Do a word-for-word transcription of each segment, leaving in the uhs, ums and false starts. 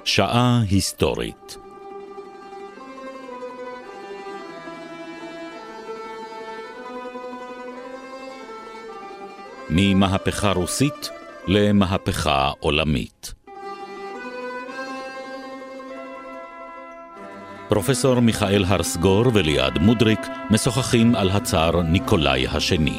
שעה היסטורית. ממהפכה רוסית למהפכה עולמית. פרופסור מיכאל הרסגור וליעד מודריק משוחחים על הצאר ניקולאי השני.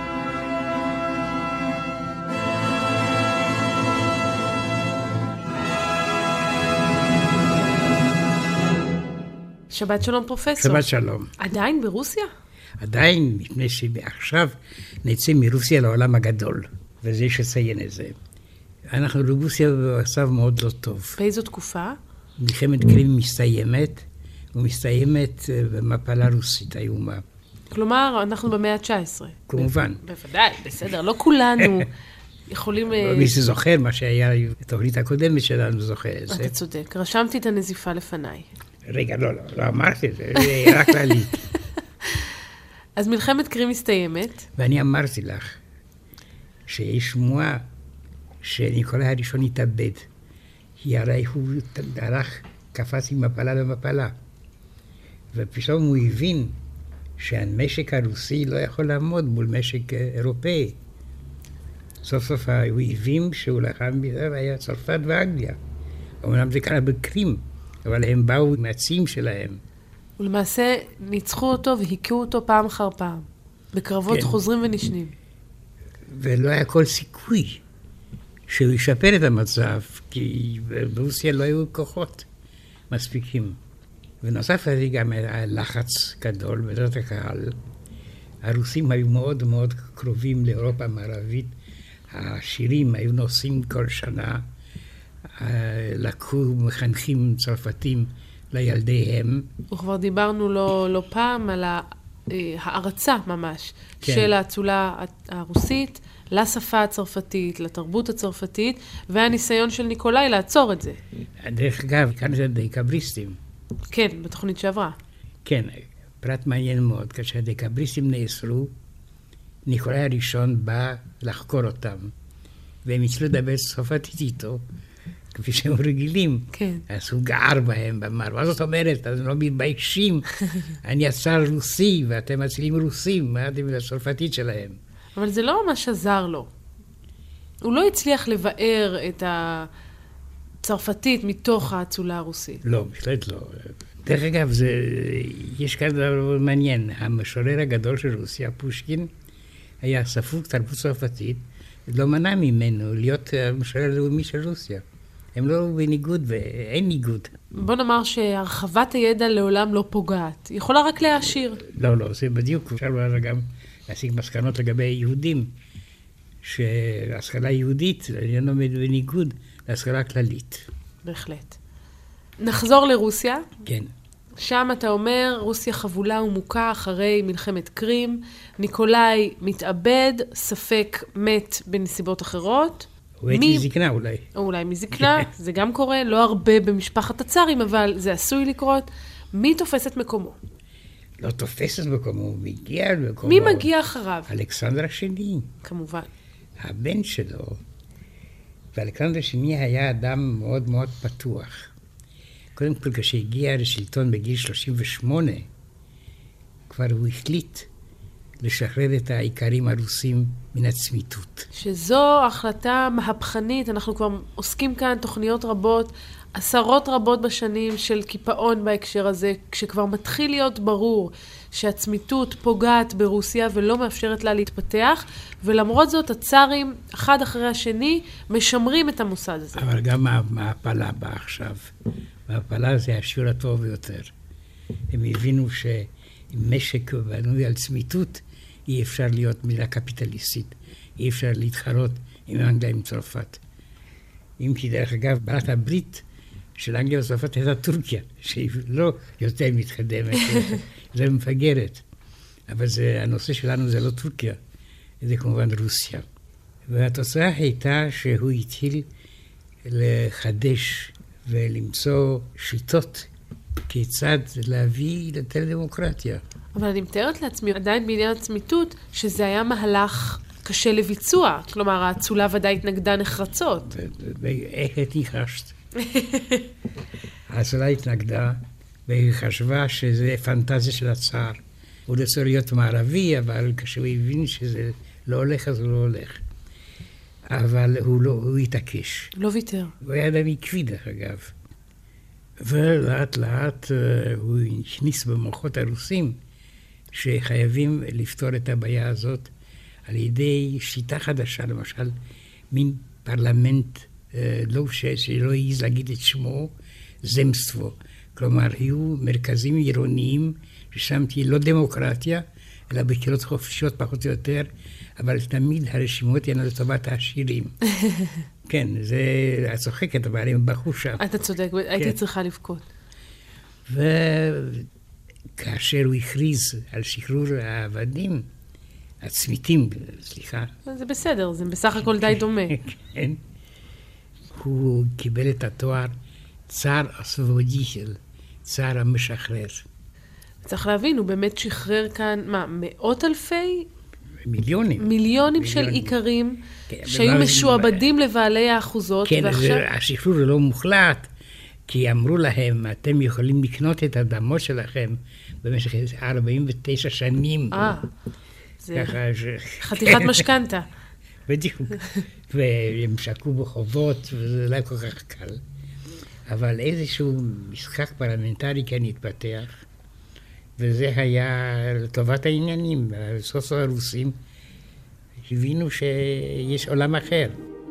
שבת שלום פרופסור. שבת שלום. עדיין ברוסיה? עדיין, מפני שעכשיו נצא מרוסיה לעולם הגדול, וזה יש לציין את זה. אנחנו ברוסיה במצב מאוד לא טוב. באיזו תקופה? מלחמת קרים מסתיימת, ומסתיימת במפלה רוסית איומה. כלומר, אנחנו במאה ה-תשע עשרה. כמובן. בוודאי, בסדר, לא כולנו יכולים... מי שזוכר מה שהיה התוכנית הקודמת שלנו זוכר את זה. אתה צודק, רשמתי את הנזיפה לפניי. רגע, לא, לא, לא אמרתי את זה, זה רק כללי. אז מלחמת קרים מסתיימת. ואני אמרתי לך שיש שמועה שניקולאי הראשון התאבד. כי הרי הוא דרך, קפץ ממפלה למפלה. ופתאום הוא הבין שהמשק הרוסי לא יכול לעמוד מול משק אירופאי. סוף סוף הוא הבין שהוא לחם בזה היה צרפת ואנגליה. אמנם זה קרה בקרים, אבל הם באו עם הצים שלהם. ולמעשה ניצחו אותו והיכו אותו פעם אחר פעם. בקרבות כן. חוזרים ונשנים. ולא היה כל סיכוי שהוא ישפר את המצב, כי ברוסיה לא היו כוחות מספיקים. ונוסף לזה גם היה לחץ גדול בדעת הקהל. הרוסים היו מאוד מאוד קרובים לאירופה המערבית. השירים היו נוסעים כל שנה. לקחו מחנכים צרפתים לילדיהם. וכבר דיברנו לא, לא פעם על הערצה ממש כן. של האצולה הרוסית לשפה הצרפתית, לתרבות הצרפתית, והניסיון של ניקולאי לעצור את זה. דרך אגב, כאן זה דקבריסטים. כן, בתוכנית שעברה. כן, פרט מעניין מאוד. כאשר דקבריסטים נאסרו, ניקולאי הראשון בא לחקור אותם, והם הצלו לדבר צרפתית איתו, כפי שהם רגילים. כן. אז הוא גער בהם, ואמר, מה זאת אומרת? אז הם לא מתביישים. אני הצאר רוסי, ואתם מצילים רוסים, מה אתם הצרפתית שלהם? אבל זה לא ממש עזר לו. הוא לא הצליח לבאר את הצרפתית מתוך האצולה הרוסית. לא, בכלל לא. דרך אגב, זה, יש כאן דבר מעניין. המשורר הגדול של רוסיה, פושקין, היה ספרות תרבות צרפתית, לא מנע ממנו להיות המשורר הלאומי של רוסיה. הם לא בניגוד ואין ניגוד. בוא נאמר שהרחבת הידע לעולם לא פוגעת. היא יכולה רק להעשיר. לא, לא, זה בדיוק. אפשר גם להשיג מסקנות לגבי יהודים, שהשכלה יהודית אינה בניגוד להשכלה כללית. בהחלט. נחזור לרוסיה. כן. שם אתה אומר, רוסיה חבולה ומוכה אחרי מלחמת קרים. ניקולאי מתאבד, ספק מת בנסיבות אחרות. הוא מת מי... מזקנה אולי. או אולי מזקנה, זה גם קורה, לא הרבה במשפחת הצארים, אבל זה עשוי לקרות. מי תופס את מקומו? לא תופס את מקומו, הוא מגיע למקומו. מי מגיע אחריו? אלכסנדר השני. כמובן. הבן שלו. ואלכסנדר השני היה אדם מאוד מאוד פתוח. קודם כל, כשהגיע לשלטון בגיל שלושים ושמונה, כבר הוא החליט לשחרר את העיקרים הרוסים מן הצמיתות. שזו החלטה מהפכנית, אנחנו כבר עוסקים כאן תוכניות רבות, עשרות רבות בשנים של קיפאון בהקשר הזה, כשכבר מתחיל להיות ברור שהצמיתות פוגעת ברוסיה ולא מאפשרת לה להתפתח, ולמרות זאת הצארים, אחד אחרי השני, משמרים את המוסד הזה. אבל גם המעפלה באה עכשיו. המעפלה זה השיעור הטוב ביותר. הם הבינו שמשק בנוי על צמיתות, אי אפשר להיות מילה קפיטליסטית, אי אפשר להתחרות עם אנגליה עם צרפת. אם כי דרך אגב, בעלת הברית של אנגליה וצרפת הייתה טורקיה, שהיא לא יותר מתקדמת, זה מפגרת. אבל זה, הנושא שלנו זה לא טורקיה, זה כמובן רוסיה. והתוצאה הייתה שהוא התחיל לחדש ולמצוא שיטות כיצד להביא לתל דמוקרטיה. אבל אני מתארת לעצמי, עדיין בעניין הצמיתות, שזה היה מהלך קשה לביצוע. כלומר, האצולה ודאי התנגדה נחרצות. איך את ניחשת? אז אולי התנגדה, והיא חשבה שזה פנטזיה של הצער. הוא רצה להיות מערבי, אבל כשהוא הבין שזה לא הולך, אז הוא לא הולך. אבל הוא לא, הוא התעקש. לא ויתר. הוא היה אדם עקבי, דרך אגב. ולאט לאט הוא הכניס במוחות הרוסים שחייבים לפתור את הבעיה הזאת על ידי שיטה חדשה, למשל, מין פרלמנט לא שלא העז להגיד את שמו, זמסטבו. כלומר, היו מרכזים עירוניים ששם תהיה לא דמוקרטיה, אלא בחירות חופשיות פחות או יותר, אבל תמיד הרשימות יהיו לטובת העשירים. כן, זה, את צוחקת, אבל הם בכו שם. אתה צודק, הייתי צריכה לבכות. וכאשר הוא הכריז על שחרור העבדים, הצמיתים, סליחה. זה בסדר, זה בסך הכל די דומה. כן. הוא קיבל את התואר צאר הסבודישל, צאר המשחרר. צריך להבין, הוא באמת שחרר כאן, מה, מאות אלפי? מיליונים. מיליונים של עיקרים, שהיו משועבדים לבעלי האחוזות. כן, השחרור לא מוחלט, כי אמרו להם, אתם יכולים לקנות את האדמות שלכם במשך ארבעים ותשע שנים. אה, זה חתיכת משכנתה. בדיוק. והם שקעו בחובות, וזה לא כל כך קל. אבל איזשהו משחק פרלמנטרי כן התפתח, וזה היה לטובת העניינים. סוף סוף הרוסים הבינו שיש עולם אחר.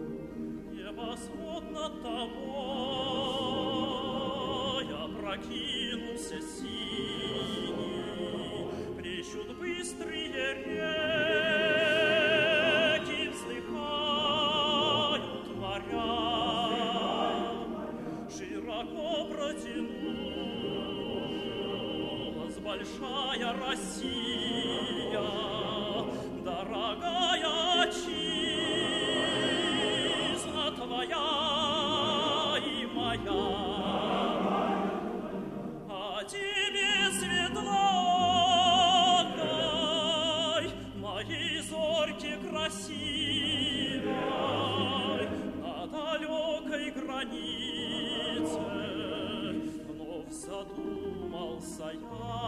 Большая Россия, дорогая отчизна твоя и моя, а тебе светлой, мои зорьки красивой, на далекой границе вновь задумался я.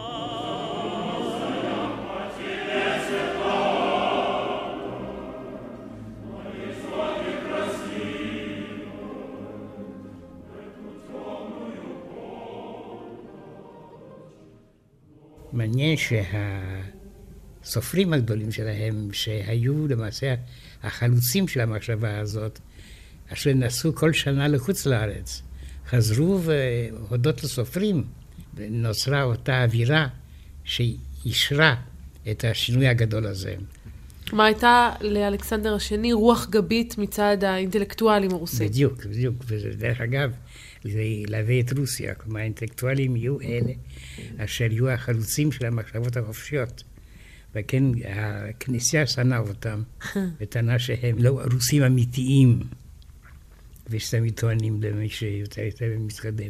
מעניין שהסופרים הגדולים שלהם, שהיו למעשה החלוצים של המחשבה הזאת, אשר נסעו כל שנה לחוץ לארץ, חזרו והודות לסופרים, ונוצרה אותה אווירה שאישרה את השינוי הגדול הזה. כלומר, הייתה לאלכסנדר השני רוח גבית מצד האינטלקטואלים הרוסים. בדיוק, בדיוק. ודרך אגב, זה ילווה את רוסיה. כלומר, האינטלקטואלים יהיו אלה אשר יהיו החלוצים של המחשבות החופשיות. וכן, הכנסייה שנאה אותם, וטענה שהם לא רוסים אמיתיים, ושתמיד טוענים למי שיותר יותר מתקדם.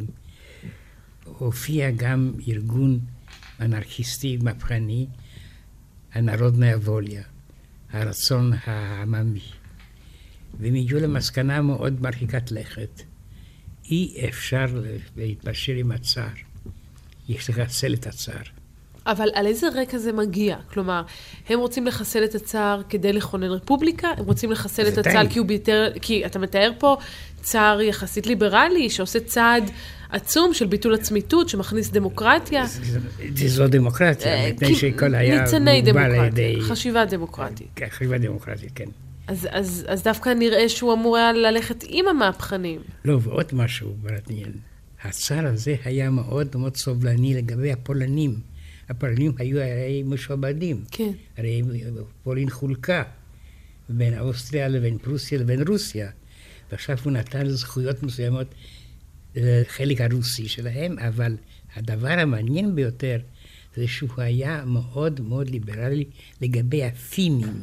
הופיע גם ארגון אנרכיסטי מהפכני, הנרודניה ווליה, הרצון העממי. והם הגיעו למסקנה מאוד מרחיקת לכת. אי אפשר להתפשר עם הצער. יש לחסל את הצער. אבל על איזה רקע זה מגיע? כלומר, הם רוצים לחסל את הצער כדי לכונן רפובליקה? הם רוצים לחסל את הצער כי הוא ביטר... כי אתה מתאר פה צער יחסית ליברלי, שעושה צעד עצום של ביטול עצמיתות, שמכניס דמוקרטיה. זה זו דמוקרטיה, מפני שכל היה ניצני דמוקרטיה, חשיבה דמוקרטית. חשיבה דמוקרטית, כן. אז, אז, אז דווקא נראה שהוא אמור היה ללכת עם המהפכנים. לא, ועוד משהו מעניין. הצער הזה היה מאוד מאוד סובלני לגבי הפולנים. הפולנים היו הרי משועבדים. כן. הרי פולין חולקה בין אוסטריה לבין פרוסיה לבין רוסיה. ועכשיו הוא נתן זכויות מסוימות לחלק הרוסי שלהם, אבל הדבר המעניין ביותר זה שהוא היה מאוד מאוד ליברלי לגבי הפינים.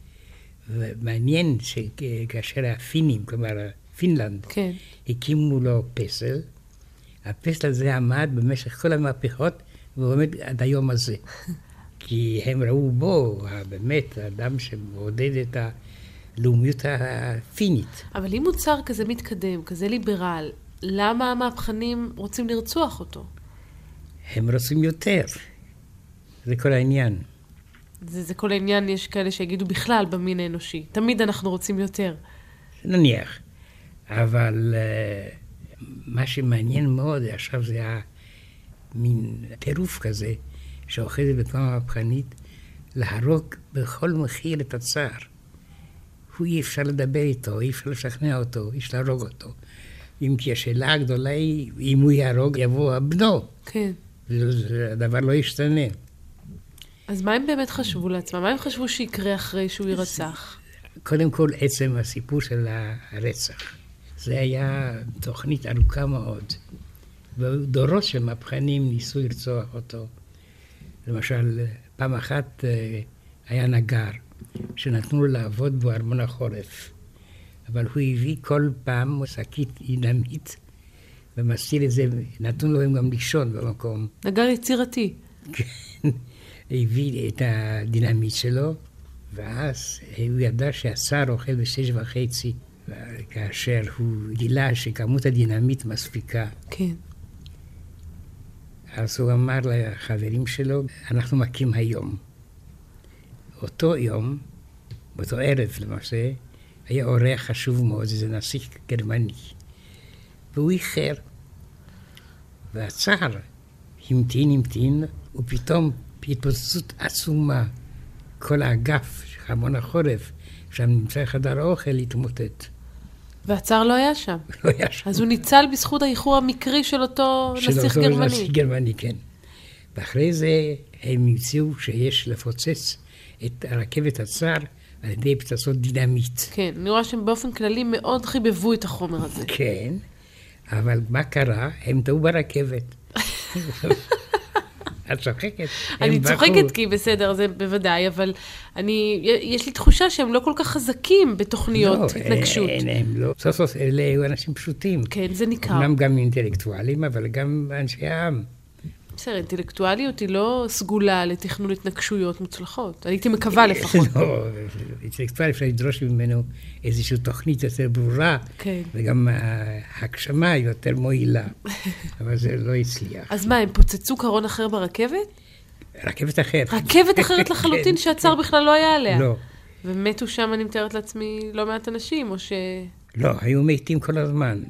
ומעניין שכאשר הפינים, כלומר פינלנד, כן. הקימו לו פסל, הפסל הזה עמד במשך כל המהפכות, והוא עומד עד היום הזה. כי הם ראו בו, באמת, האדם שמעודד את הלאומיות הפינית. אבל אם מוצר כזה מתקדם, כזה ליברל, למה המהפכנים רוצים לרצוח אותו? הם רוצים יותר. זה כל העניין. זה, זה כל העניין, יש כאלה שיגידו בכלל במין האנושי. תמיד אנחנו רוצים יותר. נניח. אבל uh, מה שמעניין מאוד עכשיו זה המין טירוף כזה, שאוחזת בתנועה המהפכנית, להרוג בכל מחיר את הצער. הוא אי אפשר לדבר איתו, אי אפשר לשכנע אותו, אי אפשר להרוג אותו. אם כי השאלה הגדולה היא, אם הוא יהרוג, יבוא הבנו. כן. הדבר לא ישתנה. אז מה הם באמת חשבו לעצמם? מה הם חשבו שיקרה אחרי שהוא ירצח? קודם כל, עצם הסיפור של הרצח. זה היה תוכנית ארוכה מאוד. ודורות של מהפכנים ניסו לרצוח אותו. למשל, פעם אחת היה נגר, שנתנו לו לעבוד בארמון החורף. אבל הוא הביא כל פעם שקית דינמיט, ומסתיר את זה, נתנו להם גם לישון במקום. נגר יצירתי. כן, הביא את הדינמיט שלו, ואז הוא ידע שהצער אוכל בשש וחצי, כאשר הוא גילה שכמות הדינמיט מספיקה. כן. אז הוא אמר לחברים שלו, אנחנו מכים היום. אותו יום, באותו ערב למעשה, היה אורח חשוב מאוד, זה נסיך גרמני. והוא איחר. והצער המתין, המתין, ופתאום בהתפוצצות עצומה, כל האגף, חמון החורף, שם נמצא חדר האוכל, התמוטט. והצער לא היה שם. לא היה שם. אז הוא ניצל בזכות האיחור המקרי של אותו נסיך גרמני. גרמני. נסיך גרמני, כן. ואחרי זה הם המציאו שיש לפוצץ את הרכבת הצער על ידי פצצות דינמיט. כן, אני רואה שהם באופן כללי מאוד חיבבו את החומר הזה. כן, אבל מה קרה? הם טעו ברכבת. את צוחקת? אני צוחקת כי בסדר, זה בוודאי, אבל אני, יש לי תחושה שהם לא כל כך חזקים בתוכניות התנגשות. לא, הם לא. סוף סוף אלה היו אנשים פשוטים. כן, זה ניכר. אמנם גם אינטלקטואלים, אבל גם אנשי העם. בסדר, אינטלקטואליות היא לא סגולה לתכנון התנגשויות מוצלחות. הייתי מקווה לפחות. לא, אינטלקטואל אפשר לדרוש ממנו איזושהי תוכנית יותר ברורה, וגם ההגשמה יותר מועילה. אבל זה לא הצליח. אז מה, הם פוצצו קרון אחר ברכבת? רכבת אחרת. רכבת אחרת לחלוטין שהצער בכלל לא היה עליה. לא. ומתו שם, אני מתארת לעצמי, לא מעט אנשים, או ש... לא, היו מתים כל הזמן.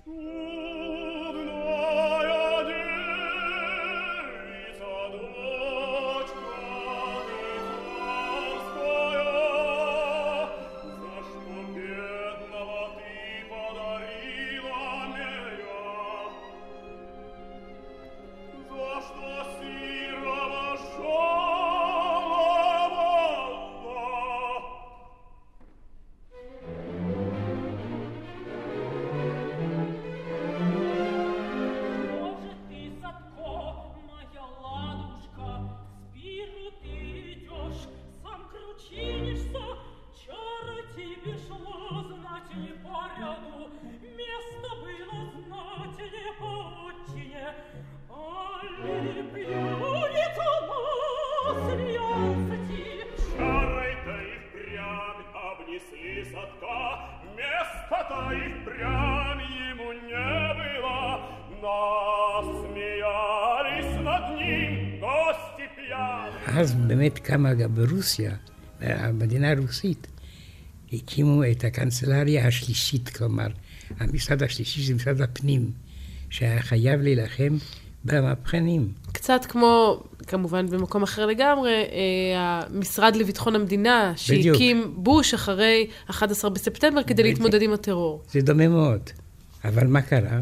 אז באמת קמה גם ברוסיה, במדינה הרוסית, הקימו את הקנצלריה השלישית, כלומר, המשרד השלישי זה משרד הפנים, שהיה חייב להילחם במהפכנים. קצת כמו, כמובן במקום אחר לגמרי, המשרד לביטחון המדינה, שהקים בוש אחרי אחד עשר בספטמבר, כדי להתמודד עם הטרור. זה דומה מאוד. אבל מה קרה?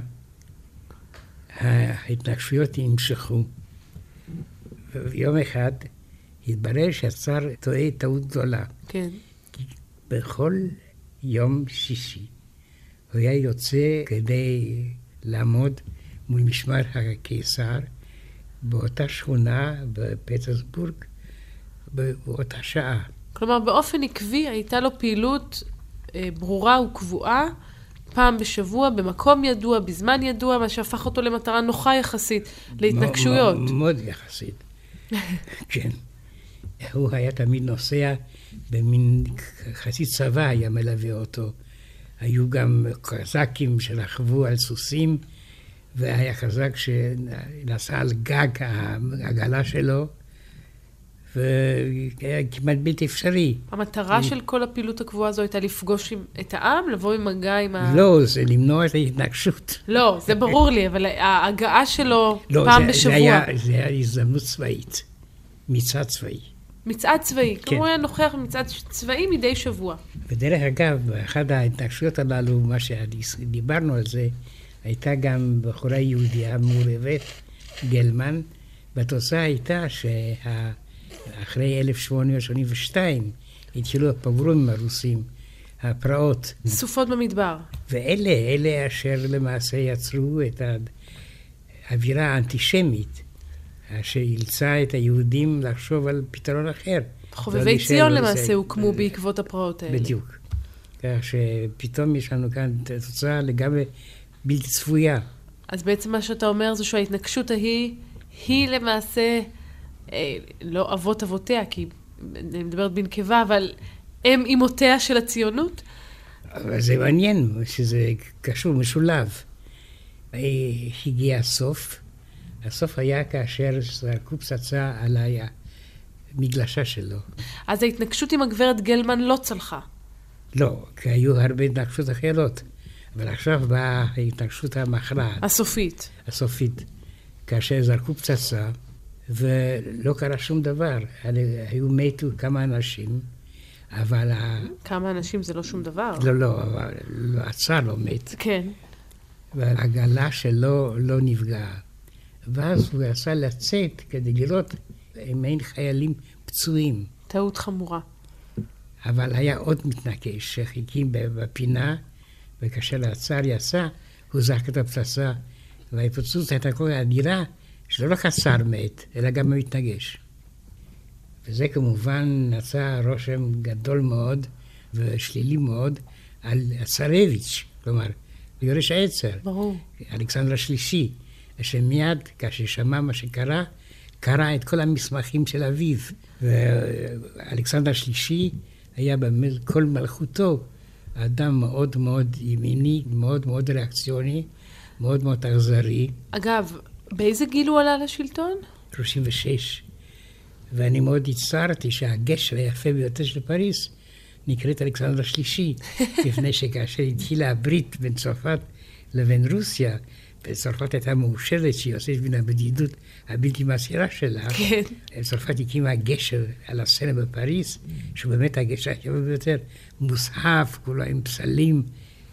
ההתנגשויות נמשכו. ויום אחד התברר שהצער טועה טעות גדולה. כן. בכל יום שישי הוא היה יוצא כדי לעמוד מול משמר הקיסר באותה שכונה בפטרסבורג באותה שעה. כלומר, באופן עקבי הייתה לו פעילות אה, ברורה וקבועה, פעם בשבוע, במקום ידוע, בזמן ידוע, מה שהפך אותו למטרה נוחה יחסית להתנגשויות. מאוד יחסית. כן. הוא היה תמיד נוסע במין חצי צבא היה מלווה אותו. היו גם קזקים שרכבו על סוסים והיה חזק שנסע על גג העגלה שלו, והיה כמעט בלתי אפשרי. המטרה של כל הפעילות הקבועה הזו הייתה לפגוש את העם, לבוא עם מגע עם ה... לא, זה למנוע את ההתנגשות. לא, זה ברור לי, אבל ההגעה שלו לא, פעם זה, בשבוע. זה היה, זה היה הזדמנות צבאית, מצעד צבאי. מצעד צבאי, כן. כמו הוא היה נוכח מצעד צבאי מדי שבוע. ודרך אגב, באחד ההתנגשויות הללו, מה שדיברנו על זה, הייתה גם בחורה יהודיה מעורבת, גלמן, והתוצאה הייתה שאחרי אלף שמונה מאות שמונים ושתיים התחילו הפוגרומים הרוסים, הפרעות. סופות במדבר. ואלה, אלה אשר למעשה יצרו את האווירה האנטישמית, שאילצה את היהודים לחשוב על פתרון אחר. חובבי ציון למעשה הוקמו בעקבות הפרעות האלה. בדיוק. כך שפתאום יש לנו כאן תוצאה לגמרי בלתי צפויה. אז בעצם מה שאתה אומר זה שההתנגשות ההיא, היא למעשה, אה, לא אבות אבותיה, כי אני מדברת בנקבה, אבל הם אמותיה של הציונות? אבל זה מעניין, שזה קשור, משולב. הגיע הסוף. הסוף היה כאשר זרקו פצצה על המגלשה שלו. אז ההתנגשות עם הגברת גלמן לא צלחה. לא, כי היו הרבה התנגשות אחרות. אבל עכשיו באה ההתנגשות המכרעת. הסופית. הסופית. כאשר זרקו פצצה, ולא קרה שום דבר. היו מתו כמה אנשים, אבל... כמה אנשים זה לא שום דבר. לא, לא, אבל הצער לא מת. כן. והעגלה שלו לא נפגעה. ואז הוא יצא לצאת כדי לראות אם אין חיילים פצועים. טעות חמורה. אבל היה עוד מתנקש שחיכים בפינה, וכאשר הצער יצא, הוא זרק את הפצצה, וההתפוצצות הייתה כל כך אדירה, שלא רק הצער מת, אלא גם המתנגש. וזה כמובן נעשה רושם גדול מאוד ושלילי מאוד על הצרביץ', כלומר, יורש העצר. ברור. אלכסנדר השלישי, שמיד, כאשר שמע מה שקרה, קרא את כל המסמכים של אביו. ואלכסנדר השלישי היה באמת כל מלכותו, אדם מאוד מאוד ימיני, מאוד מאוד ריאקציוני, מאוד מאוד אכזרי. אגב, באיזה גיל הוא עלה לשלטון? שלושים ושש. ואני מאוד הצטערתי שהגשר היפה ביותר של פריז נקראת אלכסנדר השלישי, לפני שכאשר התחילה הברית בין צרפת לבין רוסיה, וצרפת הייתה מאושרת שהיא עושה מן הבדידות הבלתי מסעירה שלה. כן. צרפת הקימה גשר על הסצנה בפריז, שהוא באמת הגשר היפה ביותר, מוסחף, כולו עם פסלים,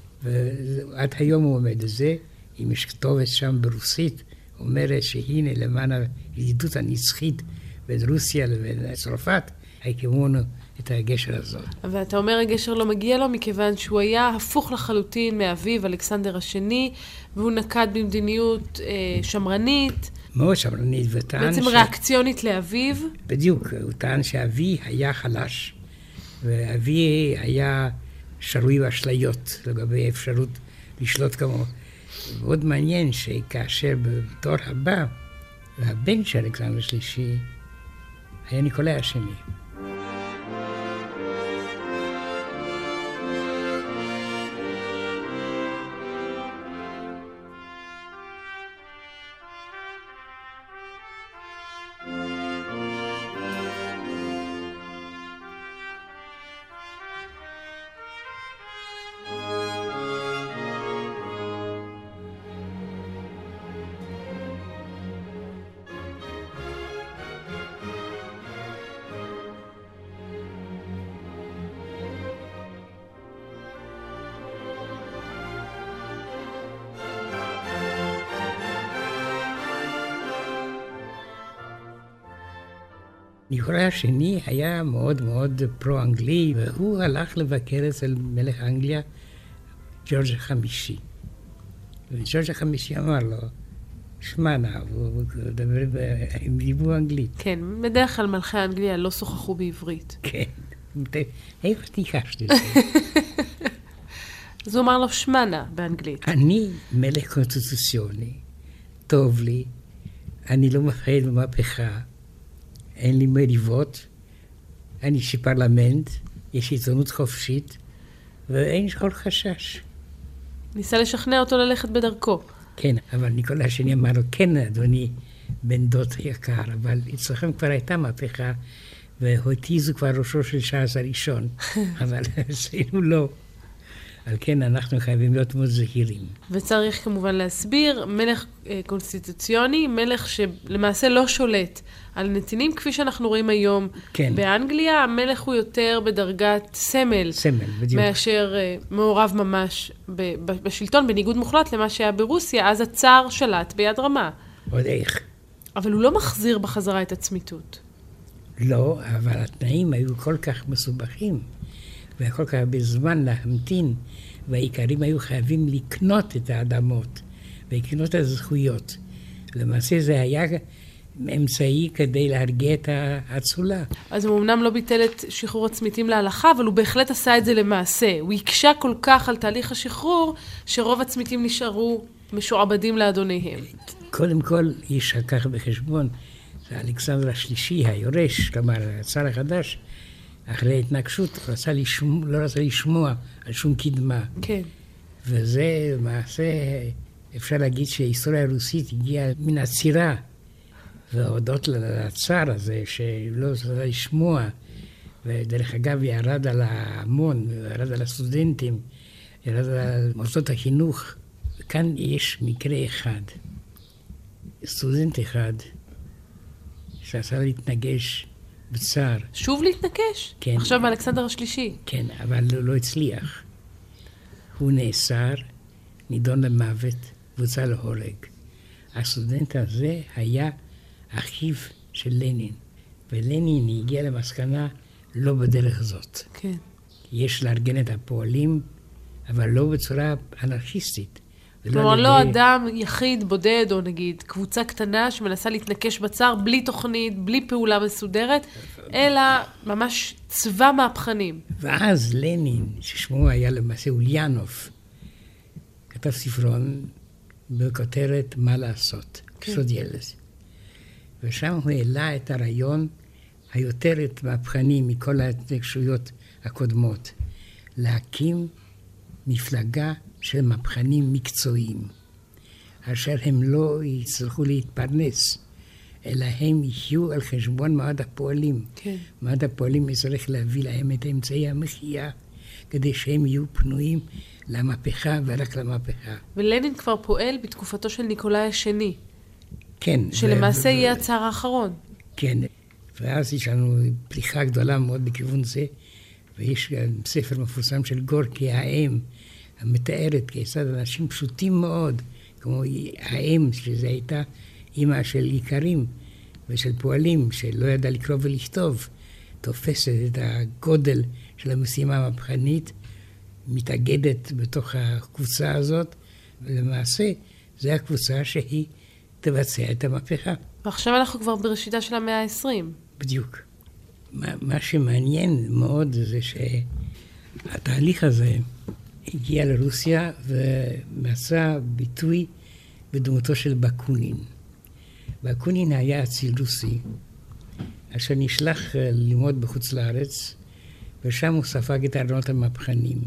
ועד היום הוא עומד לזה, אם יש כתובת שם ברוסית, אומרת שהנה למען הידידות הנצחית בין רוסיה לבין צרפת, הקימונו את הגשר הזאת. ואתה אומר הגשר לא מגיע לו מכיוון שהוא היה הפוך לחלוטין מאביו, אלכסנדר השני, והוא נקט במדיניות אה, שמרנית. מאוד שמרנית, וטען בעצם ש... ריאקציונית לאביו. בדיוק, הוא טען שאבי היה חלש, ואבי היה שרוי באשליות לגבי אפשרות לשלוט כמו. מאוד מעניין שכאשר בתור הבא, והבן של אלכסנדר השלישי היה ניקולאי השני. ניקולאי השני היה מאוד מאוד פרו-אנגלי, והוא הלך לבקר אצל מלך אנגליה, ג'ורג' החמישי. וג'ורג' החמישי אמר לו, שמע נא, הוא דבר, הם דיברו אנגלית. כן, בדרך כלל מלכי אנגליה לא שוחחו בעברית. כן, איך תיחשתי את זה? אז הוא אמר לו, שמע נא, באנגלית. אני מלך קונסטיטוציוני, טוב לי, אני לא מפחד במהפכה, אין לי מריבות, אין לי פרלמנט, יש עיתונות חופשית, ואין כל חשש. ניסה לשכנע אותו ללכת בדרכו. כן, אבל ניקולא השני אמר לו, כן, אדוני, בן דוד יקר, אבל אצלכם כבר הייתה מהפכה, והותיזו כבר ראשו של שאז הראשון, אבל אצלנו לא. על כן אנחנו חייבים להיות מאוד זהירים. וצריך כמובן להסביר, מלך אה, קונסטיטוציוני, מלך שלמעשה לא שולט על נתינים, כפי שאנחנו רואים היום כן. באנגליה, המלך הוא יותר בדרגת סמל, סמל, בדיוק. מאשר אה, מעורב ממש ב- ב- בשלטון, בניגוד מוחלט למה שהיה ברוסיה, אז הצאר שלט ביד רמה. עוד איך. אבל הוא לא מחזיר בחזרה את הצמיתות. לא, אבל התנאים היו כל כך מסובכים, והיה כל כך הרבה זמן להמתין, והעיקרים היו חייבים לקנות את האדמות, ולקנות את הזכויות. למעשה זה היה אמצעי כדי להרגיע את האצולה. אז הוא אמנם לא ביטל את שחרור הצמיתים להלכה, אבל הוא בהחלט עשה את זה למעשה. הוא הקשה כל כך על תהליך השחרור, שרוב הצמיתים נשארו משועבדים לאדוניהם. קודם כל, יש לקח בחשבון, זה אלכסנדר השלישי, היורש, כלומר, הצאר החדש, אחרי ההתנגשות, רצה לשמוע, לא רצה לשמוע על שום קדמה. כן. וזה מעשה, אפשר להגיד שההיסטוריה הרוסית הגיעה מן עצירה, והודות לצאר הזה, שלא רצה לשמוע, ודרך אגב ירד על ההמון, ירד על הסטודנטים, ירד על מוסדות החינוך. וכאן יש מקרה אחד, סטודנט אחד, שרצה להתנגש בצער. שוב להתנקש? כן. עכשיו באלכסנדר השלישי. כן, אבל לא, לא הצליח. הוא נאסר, נידון למוות, והוצא להורג. הסטודנט הזה היה אחיו של לנין, ולנין הגיע למסקנה לא בדרך זאת. כן. יש לארגן את הפועלים, אבל לא בצורה אנרכיסטית. כלומר, לא אדם יחיד, בודד, או נגיד קבוצה קטנה שמנסה להתנקש בצער בלי תוכנית, בלי פעולה מסודרת, אלא ממש צבא מהפכנים. ואז לנין, ששמו היה למעשה אוליאנוב, כתב ספרון בכותרת מה לעשות, סוד ילד. ושם הוא העלה את הרעיון היותר מהפכני מכל ההתנגשויות הקודמות, להקים מפלגה של מהפכנים מקצועיים, אשר הם לא יצטרכו להתפרנס, אלא הם יחיו על חשבון מעמד הפועלים. כן. מעמד הפועלים יצטרך להביא להם את אמצעי המחיה, כדי שהם יהיו פנויים למהפכה ורק למהפכה. ולנין כבר פועל בתקופתו של ניקולאי השני. כן. שלמעשה ו- יהיה הצאר האחרון. כן, ואז יש לנו פליחה גדולה מאוד בכיוון זה, ויש גם ספר מפורסם של גורקי, האם, המתארת כיצד אנשים פשוטים מאוד, כמו האם, שזו הייתה אימא של איכרים ושל פועלים, שלא ידע לקרוא ולכתוב, תופסת את הגודל של המשימה המהפכנית, מתאגדת בתוך הקבוצה הזאת, ולמעשה זו הקבוצה שהיא תבצע את המהפכה. ועכשיו אנחנו כבר בראשיתה של המאה ה-עשרים. בדיוק. מה, מה שמעניין מאוד זה שהתהליך הזה הגיע לרוסיה ומצא ביטוי בדמותו של בקונין. בקונין היה אציל רוסי, אשר נשלח ללמוד בחוץ לארץ, ושם הוא ספג את הרעיונות המהפכניים.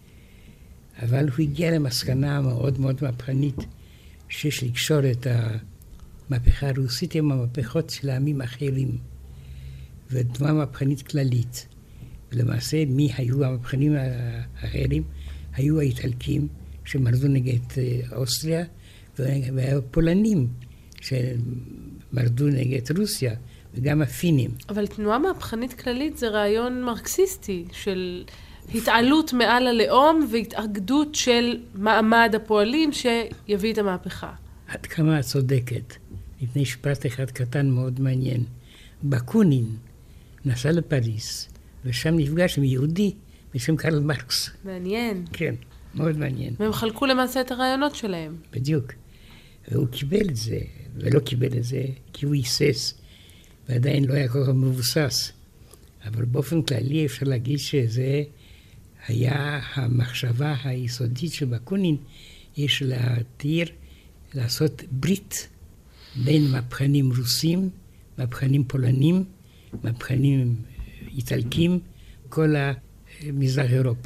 אבל הוא הגיע למסקנה מאוד מאוד מהפכנית, שיש לקשור את המהפכה הרוסית עם המהפכות של העמים האחרים, ותנועה מהפכנית כללית. ולמעשה, מי היו המהפכנים האחרים? היו האיטלקים שמרדו נגד אוסטריה, והפולנים שמרדו נגד רוסיה, וגם הפינים. אבל תנועה מהפכנית כללית זה רעיון מרקסיסטי של התעלות מעל הלאום והתאגדות של מעמד הפועלים שיביא את המהפכה. עד כמה את צודקת, מפני שפרט אחד קטן מאוד מעניין. בקונין נסע לפריז, ושם נפגש עם יהודי בשם קרל מרקס. מעניין. כן, מאוד מעניין. והם חלקו למעשה את הרעיונות שלהם. בדיוק. והוא קיבל את זה, ולא קיבל את זה, כי הוא היסס, ועדיין לא היה כל כך מבוסס. אבל באופן כללי אפשר להגיד שזה היה המחשבה היסודית של בקונין, יש להתיר, לעשות ברית בין מהפכנים רוסים, מהפכנים פולנים, מהפכנים איטלקים, כל המזרח אירופה.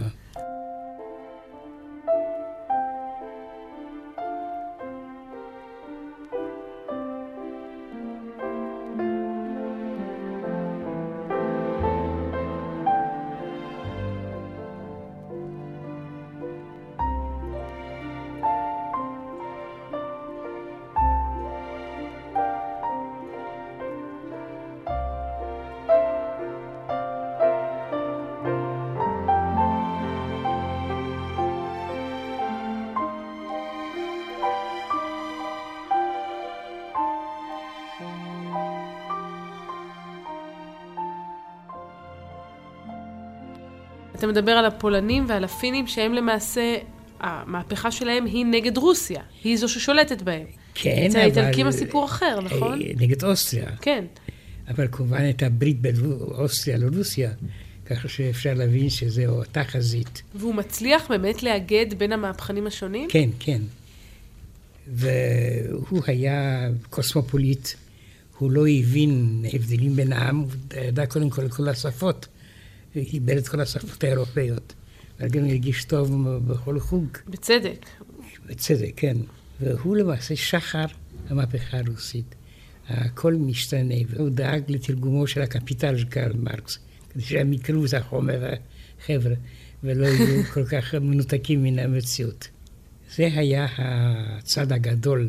אתה מדבר על הפולנים ועל הפינים, שהם למעשה, המהפכה שלהם היא נגד רוסיה. היא זו ששולטת בהם. כן, אצל אבל... האיטלקים הסיפור אחר, נכון? נגד אוסטריה. כן. אבל כמובן את הברית בין אוסטריה לרוסיה, ככה שאפשר להבין שזה אותה חזית. והוא מצליח באמת לאגד בין המהפכנים השונים? כן, כן. והוא היה קוסמופוליט, הוא לא הבין הבדלים בין העם, הוא ידע קודם כל כל השפות, הוא חיבר את כל השפות האירופאיות, אבל גם הרגיש טוב בכל חוג. בצדק. בצדק, כן. והוא למעשה שחר המהפכה הרוסית. הכל משתנה, והוא דאג לתרגומו של הקפיטל של קרל מרקס, כדי שהם יקראו את החומר, החבר'ה, ולא יהיו כל כך מנותקים מן המציאות. זה היה הצד הגדול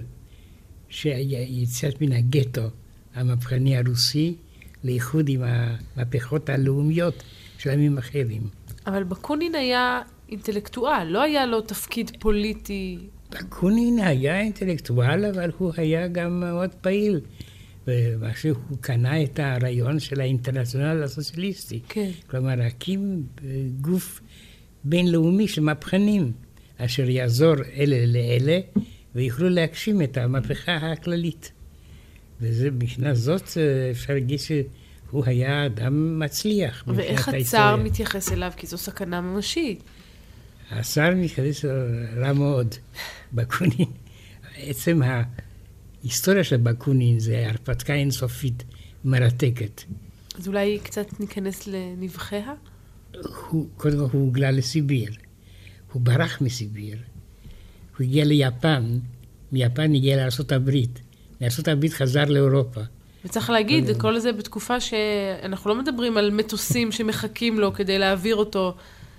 שיציאת מן הגטו המהפכני הרוסי לאיחוד עם המהפכות הלאומיות של עמים אחרים. אבל בקונין היה אינטלקטואל, לא היה לו תפקיד פוליטי. בקונין היה אינטלקטואל, אבל הוא היה גם מאוד פעיל. ומה שהוא קנה את הרעיון של האינטרנציונל הסוציאליסטי. כן. כלומר, להקים גוף בינלאומי של מהפכנים, אשר יעזור אלה לאלה, ויוכלו להגשים את המהפכה הכללית. וזה, מבחינה זאת, אפשר להגיד שהוא היה אדם מצליח. ואיך הצאר מתייחס אליו? כי זו סכנה ממשית. הצאר מתייחס רע מאוד. בקונין, עצם ההיסטוריה של בקונין זה הרפתקה אינסופית מרתקת. אז אולי קצת ניכנס לנבחיה? הוא, קודם כל הוא הוגלה לסיביר. הוא ברח מסיביר. הוא הגיע ליפן, מיפן הגיע לארצות הברית. מארצות הברית חזר לאירופה. וצריך להגיד, כל זה בתקופה שאנחנו לא מדברים על מטוסים שמחכים לו כדי להעביר אותו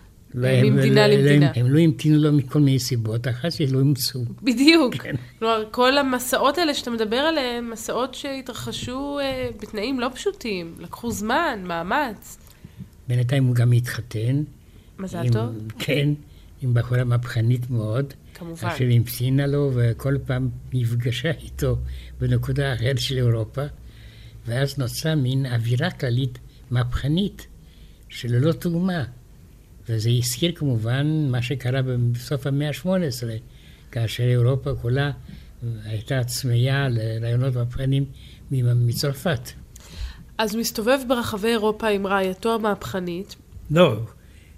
ממדינה למדינה. הם לא המתינו לו מכל מיני סיבות, אחת שלא ימצאו. בדיוק. כלומר, כל המסעות האלה שאתה מדבר עליהם, מסעות שהתרחשו בתנאים לא פשוטים, לקחו זמן, מאמץ. בינתיים הוא גם התחתן. מזל טוב. כן, עם בחורה מהפכנית מאוד. כמובן. אשר המתינה לו, וכל פעם נפגשה איתו בנקודה אחרת של אירופה, ואז נוצרה מין אווירה כללית מהפכנית, שללא תאומה. וזה הזכיר כמובן מה שקרה בסוף המאה ה-שמונה עשרה, כאשר אירופה כולה הייתה צמאה לרעיונות מהפכנים מצרפת. אז הוא מסתובב ברחבי אירופה עם רעייתו המהפכנית? לא, הוא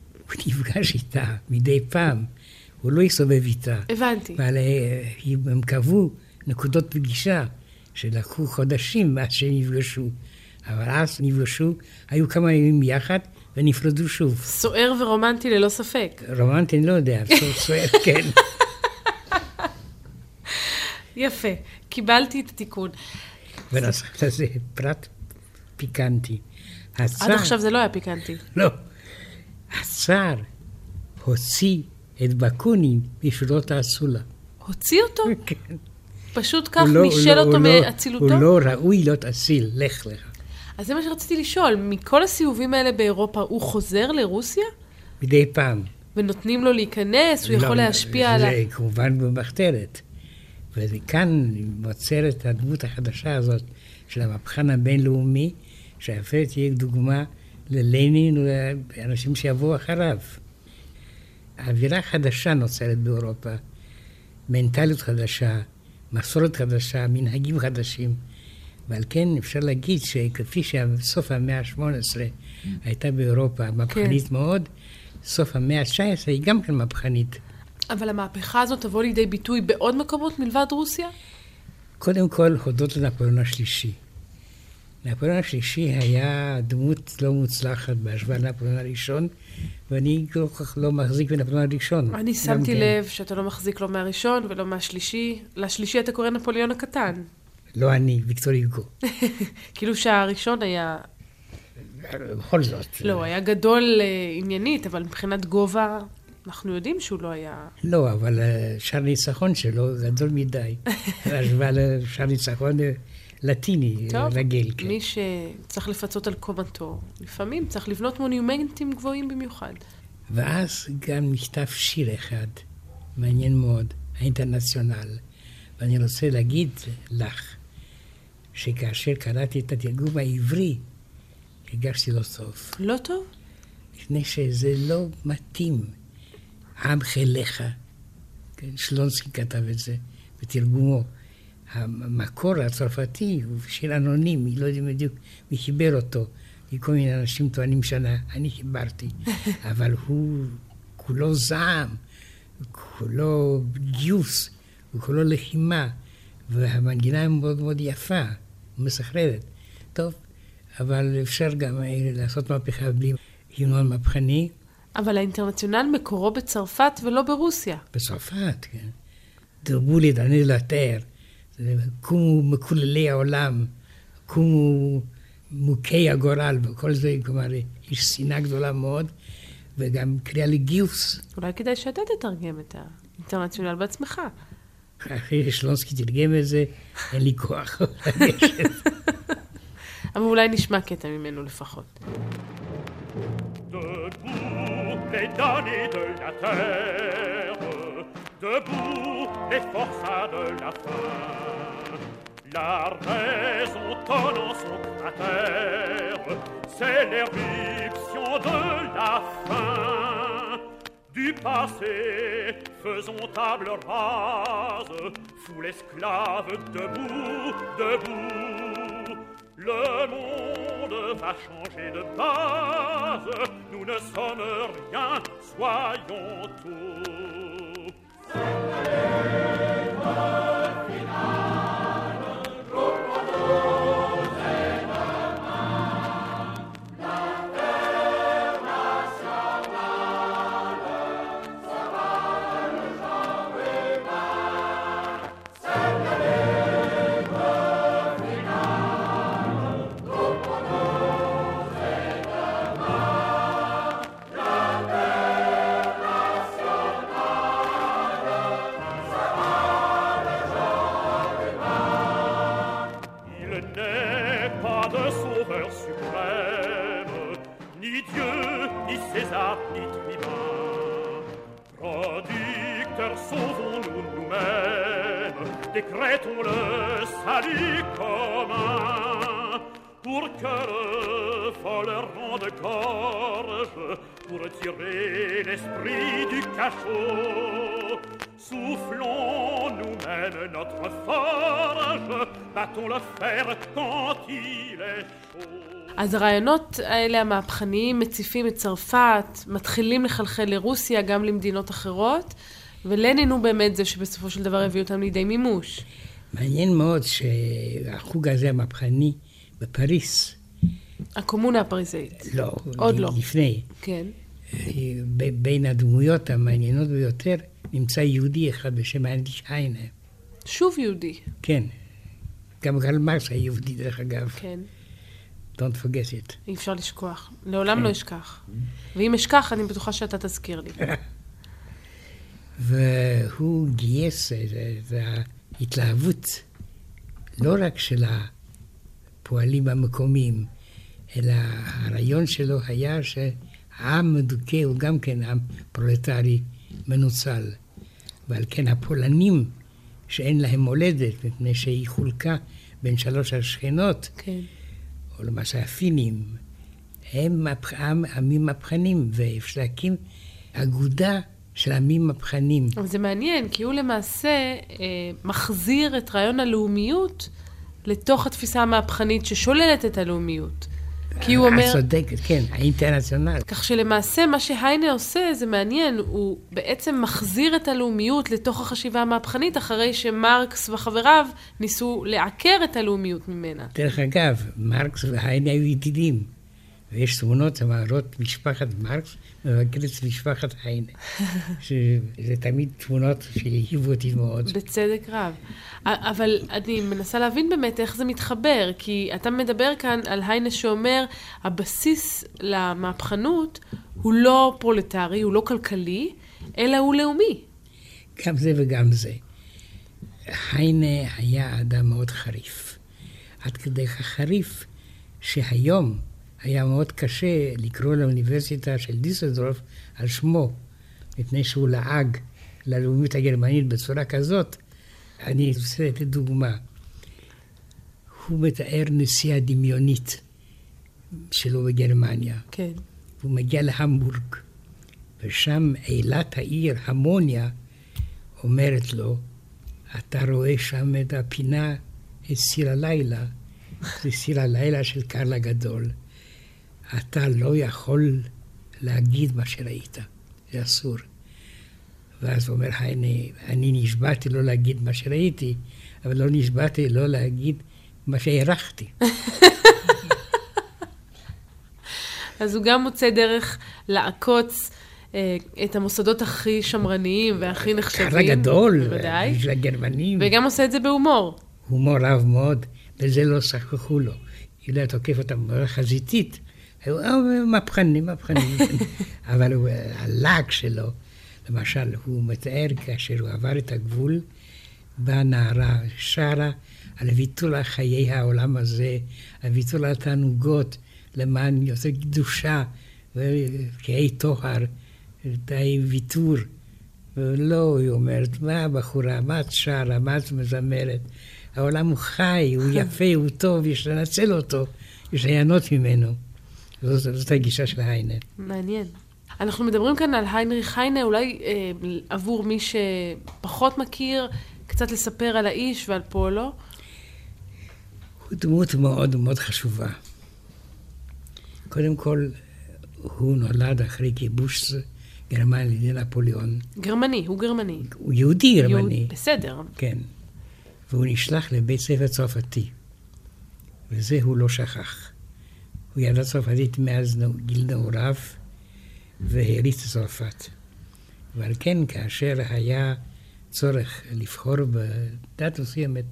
נפגש איתה מדי פעם. הוא לא יסובב איתה. הבנתי. אבל הם קבעו נקודות פגישה שלקחו חודשים מאז שהם נפגשו. אבל אז נפגשו, היו כמה ימים יחד ונפרדו שוב. סוער ורומנטי ללא ספק. רומנטי, אני לא יודע, סוער כן. יפה, קיבלתי את התיקון. ונוסף לזה פרט פיקנטי. עד עכשיו זה לא היה פיקנטי. לא. הצאר הוציא את בקונין משורות האסולה. הוציא אותו? כן. פשוט כך מישל אותו מאצילותו? הוא לא ראוי להיות אציל, לך לך. אז זה מה שרציתי לשאול, מכל הסיבובים האלה באירופה, הוא חוזר לרוסיה? מדי פעם. ונותנים לו להיכנס, הוא יכול להשפיע על... זה כמובן במחתרת. וכאן נוצרת הדמות החדשה הזאת של המהפכן הבינלאומי, שאפילו תהיה דוגמה ללנין ולאנשים שיבואו אחריו. האווירה חדשה נוצרת באירופה, מנטליות חדשה, מסורת חדשה, מנהגים חדשים, ועל כן אפשר להגיד שכפי שסוף המאה ה-שמונה עשרה הייתה באירופה מהפכנית כן. מאוד, סוף המאה ה-תשע עשרה היא גם כן מהפכנית. אבל המהפכה הזאת תבוא לידי ביטוי בעוד מקומות מלבד רוסיה? קודם כל, הודות לנפוליאון השלישי. נפוליאון השלישי היה דמות לא מוצלחת בהשוואה לנפוליאון הראשון, ואני כל כך לא מחזיק בנפוליאון הראשון. אני שמתי לב שאתה לא מחזיק לא מהראשון ולא מהשלישי. לשלישי אתה קורא נפוליאון הקטן. לא אני, ויקטור יוגו. כאילו שהראשון היה... בכל זאת. לא, היה גדול עניינית, אבל מבחינת גובה, אנחנו יודעים שהוא לא היה... לא, אבל שער ניצחון שלו גדול מדי. בהשוואה לשער ניצחון... לטיני, רגיל. טוב, מי שצריך לפצות על קומתו, לפעמים צריך לבנות מונומנטים גבוהים במיוחד. ואז גם נכתב שיר אחד, מעניין מאוד, האינטרנציונל. ואני רוצה להגיד לך, שכאשר קראתי את התרגום העברי, הרגשתי לא טוב. לא טוב? מפני שזה לא מתאים. עם חיליך, כן, שלונסקי כתב את זה בתרגומו. המקור הצרפתי הוא שיר אנונימי, לא יודעים בדיוק מי חיבר אותו. כל מיני אנשים טוענים שאני חיברתי, אבל הוא כולו זעם, כולו גיוס, וכולו לחימה, והמנגינה מאוד מאוד יפה, מסחררת. טוב, אבל אפשר גם לעשות מהפכה בלי המנון מהפכני. אבל האינטרנציונל מקורו בצרפת ולא ברוסיה. בצרפת, כן. דרבו לי דני לטר, קומו מקוללי העולם, קומו מוכי הגורל, וכל זה, כלומר, יש שנאה גדולה מאוד, וגם קריאה לגיוס. אולי כדאי שאתה תתרגם את האינטרנציונל בעצמך. אחרי שלונסקי תרגם את זה, אין לי כוח. אבל אולי נשמע קטע ממנו לפחות. Debout les damnés de la terre, debout les forçats de la faim. La raison tonnant son cratère, c'est l'éruption de la fin. Du passé, faisons table rase, foule esclave debout, debout. Le monde va changer de base, nous ne sommes rien, soyons tout. Décrétons le salut commun pour que le folle rende gorge, pour tirer l'esprit du cachot. Soufflons nous-mêmes notre forge, battons le fer quand il est chaud. אז הרעיונות האלה המהפכניים מציפים את צרפת, מתחילים לחלחל לרוסיה, גם למדינות אחרות, ולנין הוא באמת זה שבסופו של דבר הביא אותם לידי מימוש. מעניין מאוד שהחוג הזה המהפכני בפריס. הקומונה הפריזאית. לא, עוד לא. לפני. כן. בין הדמויות המעניינות ביותר נמצא יהודי אחד בשם היינריך היינה. שוב יהודי. כן. גם גרל מרקס היה יהודי דרך אגב. כן. Don't forget it. אי אפשר לשכוח. לעולם לא אשכח. ואם אשכח, אני בטוחה שאתה תזכיר לי. והוא גייס את ההתלהבות, לא רק של הפועלים המקומיים, אלא הרעיון שלו היה שהעם מדוכא הוא גם כן עם פרולטרי מנוצל. ועל כן הפולנים שאין להם מולדת, מפני שהיא חולקה בין שלוש השכנות, כן. או למעשה הפינים, הם עמים מהפכנים, ואפשר להקים אגודה של עמים מהפכנים. אבל זה מעניין, כי הוא למעשה אה, מחזיר את רעיון הלאומיות לתוך התפיסה המהפכנית ששוללת את הלאומיות. כי הוא אומר... הצודקת, כן, האינטרנציונל. כך שלמעשה מה שהיינה עושה זה מעניין, הוא בעצם מחזיר את הלאומיות לתוך החשיבה המהפכנית, אחרי שמרקס וחבריו ניסו לעקר את הלאומיות ממנה. דרך אגב, מרקס והיינה היו ידידים. ויש תמונות המראות משפחת מרקס מבקרת משפחת היינה. שזה תמיד תמונות שהיהיבו אותי מאוד. בצדק רב. אבל אני מנסה להבין באמת איך זה מתחבר, כי אתה מדבר כאן על היינה שאומר, הבסיס למהפכנות הוא לא פרולטרי, הוא לא כלכלי, אלא הוא לאומי. גם זה וגם זה. היינה היה אדם מאוד חריף. עד כדי חריף שהיום היה מאוד קשה לקרוא לאוניברסיטה של דיסלדורף על שמו, מפני שהוא לעג ללאומיות הגרמנית בצורה כזאת. אני רוצה לתת דוגמה. הוא מתאר נסיעה דמיונית שלו בגרמניה. כן. והוא מגיע להמבורג, ושם אילת העיר, המוניה, אומרת לו, אתה רואה שם את הפינה, את סיר הלילה, זה סיר הלילה של קרל הגדול. אתה לא יכול להגיד מה שראית, זה אסור. ואז הוא אומר, אני, אני נשבעתי לא להגיד מה שראיתי, אבל לא נשבעתי לא להגיד מה שהערכתי. אז הוא גם מוצא דרך לעקוץ אה, את המוסדות הכי שמרניים והכי נחשבים. קרל גדול, בוודאי. בשביל הגרמנים. וגם עושה את זה בהומור. הומור רב מאוד, וזה לא שכחו לו. יהודה תוקף אותם חזיתית, היו מהפכנים, מהפכנים. אבל הוא, הלהג שלו, למשל, הוא מתאר כאשר הוא עבר את הגבול, באה נערה, שרה על ויתור על חיי העולם הזה, על ויתור על התענוגות, למען יותר קדושה, וחיי טוהר, די ויתור. ולא, היא אומרת, מה הבחורה, מה את שרה, מה את מזמרת? העולם הוא חי, הוא יפה, הוא טוב, יש לנצל אותו, יש ליהנות ממנו. זאת, זאת הגישה של היינה. מעניין. אנחנו מדברים כאן על היינריך היינה, אולי אה, עבור מי שפחות מכיר, קצת לספר על האיש ועל פועלו. הוא דמות מאוד מאוד חשובה. קודם כל, הוא נולד אחרי כיבוש גרמניה על ידי נפוליאון. גרמני, הוא גרמני. הוא יהודי גרמני. יהוד, בסדר. כן. והוא נשלח לבית ספר צרפתי. וזה הוא לא שכח. הוא ידע צרפתית מאז גיל נעוריו, והריץ את צרפת. ועל כן, כאשר היה צורך לבחור בדת מסוימת,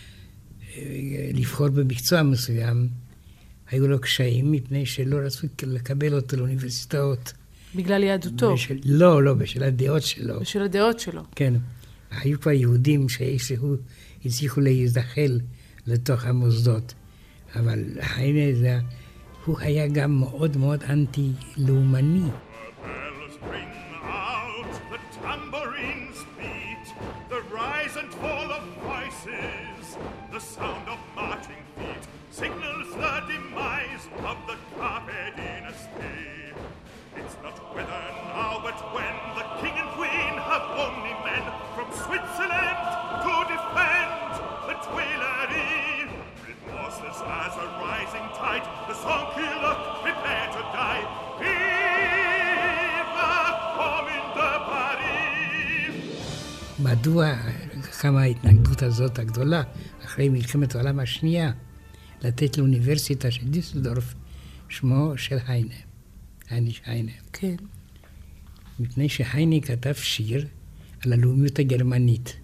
לבחור במקצוע מסוים, היו לו קשיים מפני שלא רצו לקבל אותו לאוניברסיטאות. בגלל יהדותו? בשל, לא, לא, בשל הדעות שלו. בשל הדעות שלו. כן. היו כבר יהודים שאיכשהו הצליחו להזדחל לתוך המוסדות. אבל היינה זה, הוא היה גם מאוד מאוד אנטי-לאומני. The sound of marching feet signals the demise of the Capet dynasty. It's not whether now, but when the king and queen have only men from Switzerland to defend the Tuileries. Remorseless as a rising tide, the sans-culottes prepare to die. Vive la Commune de Paris! מדוע כמה ההתנגדות הזאת הגדולה, אחרי מלחמת העולם השנייה, לתת לאוניברסיטה של דיסלדורף שמו של היינה, הייניש היינה. כן. מפני שהיינה כתב שיר על הלאומיות הגרמנית.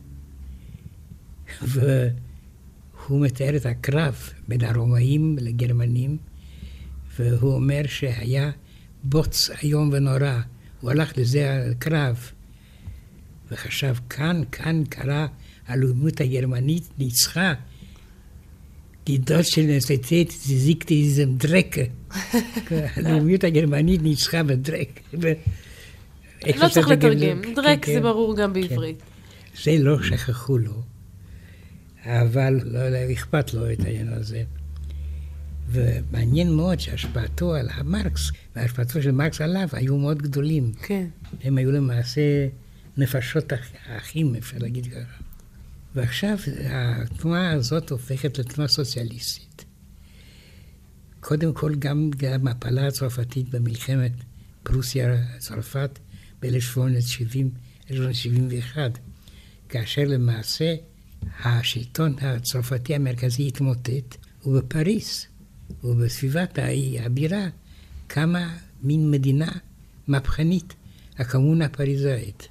והוא מתאר את הקרב בין הרומאים לגרמנים, והוא אומר שהיה בוץ איום ונורא. הוא הלך לזה הקרב, וחשב, כאן, כאן קרה, הלאומיות הגרמנית ניצחה. Die deutsche Universität siegte diesem Dreck. הלאומיות הגרמנית ניצחה בדרק. לא צריך לתרגם, דרק זה ברור גם בעברית. זה לא שכחו לו, אבל לא אכפת לו את העניין הזה. ומעניין מאוד שהשפעתו על המרקס, והשפעתו של מרקס עליו היו מאוד גדולים. כן. הם היו למעשה נפשות האחים, אפשר להגיד ככה. ועכשיו התנועה הזאת הופכת לתנועה סוציאליסטית. קודם כל גם המפלה הצרפתית במלחמת פרוסיה-צרפת ב-אלף שמונה מאות שבעים ואחת, כאשר למעשה השלטון הצרפתי המרכזי התמוטט, ובפריס ובסביבת הבירה קמה מין מדינה מהפכנית, הקומונה הפריזאית.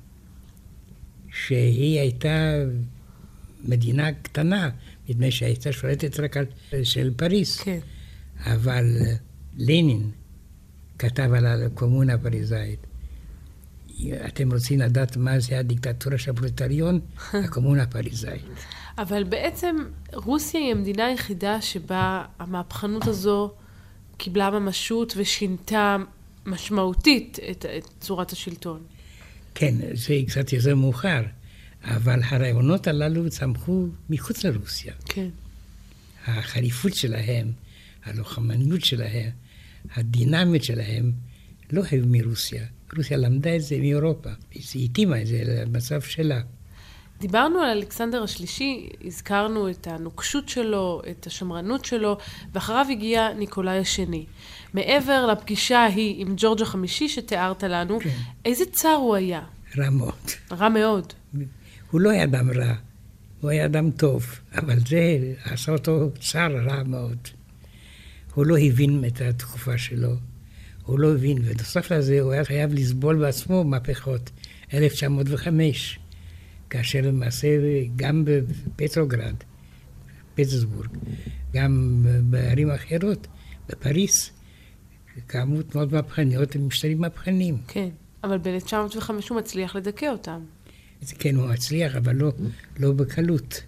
שהיא הייתה מדינה קטנה, מפני שהייתה שולטת רק על של פריס. כן. אבל לנין כתב על הקומונה הפריזאית. אתם רוצים לדעת מה זה הדיקטטורה של הפרולטריון? הקומונה הפריזאית. אבל בעצם רוסיה היא המדינה היחידה שבה המהפכנות הזו קיבלה ממשות ושינתה משמעותית את, את צורת השלטון. כן, זה קצת יותר מאוחר, אבל הרעיונות הללו צמחו מחוץ לרוסיה. כן. החריפות שלהם, הלוחמניות שלהם, הדינמיות שלהם, לא היו מרוסיה. רוסיה למדה את זה מאירופה. היא התאימה את זה למצב שלה. דיברנו על אלכסנדר השלישי, הזכרנו את הנוקשות שלו, את השמרנות שלו, ואחריו הגיע ניקולאי השני. מעבר לפגישה ההיא עם ג'ורג' החמישי שתיארת לנו, כן. איזה צר הוא היה? רע מאוד. רע מאוד. הוא לא היה אדם רע, הוא היה אדם טוב, אבל זה עשה אותו צר רע מאוד. הוא לא הבין את התקופה שלו, הוא לא הבין, ונוסף לזה הוא היה חייב לסבול בעצמו מהפכות. אלף תשע מאות וחמש, כאשר למעשה גם בפטרוגרד, פטרסבורג, גם בערים אחרות, בפריס, קמו תנועות מהפכניות עם משטרים מהפכניים. כן, אבל ב-אלף תשע מאות וחמש הוא מצליח לדכא אותם. כן, הוא מצליח, אבל לא, לא בקלות.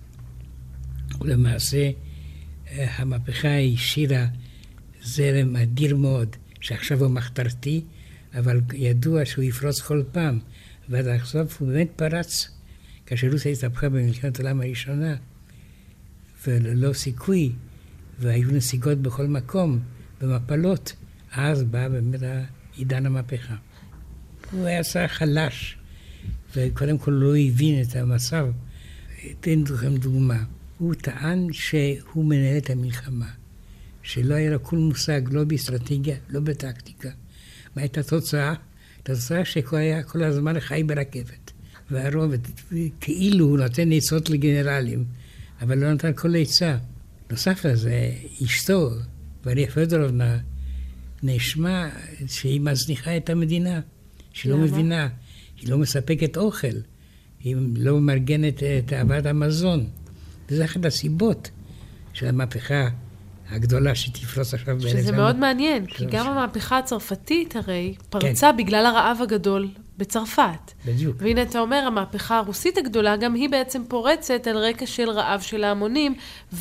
ולמעשה, המהפכה השאירה זרם אדיר מאוד, שעכשיו הוא מחתרתי, אבל ידוע שהוא יפרוץ כל פעם. ועד עכשיו הוא באמת פרץ, כאשר רוסיה התהפכה במלחמת העולם הראשונה, וללא סיכוי, והיו נסיגות בכל מקום, במפלות, אז בא באמת עידן המהפכה. הוא היה שר חלש, וקודם כל לא הבין את המצב. אתן לכם דוגמה. הוא טען שהוא מנהל את המלחמה, שלא היה לו כל מושג, לא באסטרטגיה, לא בטקטיקה. מה הייתה התוצאה? התוצאה שכל היה כל הזמן חי ברכבת. והרוב, כאילו הוא נותן עצות לגנרלים, אבל לא נתן כל עצה. נוסף לזה, אשתו, מריה פדורובנה, נשמע שהיא מזניחה את המדינה, שהיא לא מבינה, היא לא מספקת אוכל, היא לא מארגנת את אהבת המזון. וזה אחת הסיבות של המהפכה הגדולה שתפרוץ עכשיו. שזה מאוד מעניין, כי גם המהפכה הצרפתית הרי פרצה בגלל הרעב הגדול בצרפת. בדיוק. והנה אתה אומר, המהפכה הרוסית הגדולה, גם היא בעצם פורצת על רקע של רעב של ההמונים,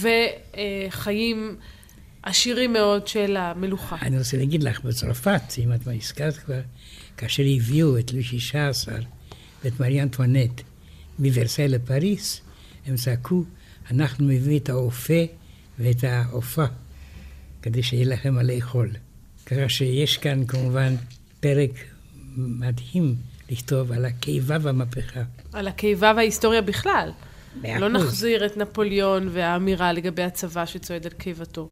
וחיים עשירים מאוד של המלוכה. אני רוצה להגיד לך, בצרפת, אם את הזכרת כבר, כאשר הביאו את לואי שישה עשר ואת מרי אנטואנט מוורסאי לפריס, הם צעקו, אנחנו מביאים את האופה ואת האופה, כדי שיהיה לכם מה לאכול. ככה שיש כאן כמובן פרק מדהים לכתוב על הקיבה והמהפכה. על הקיבה וההיסטוריה בכלל. באחוז. לא נחזיר את נפוליאון והאמירה לגבי הצבא שצועד על קיבתו.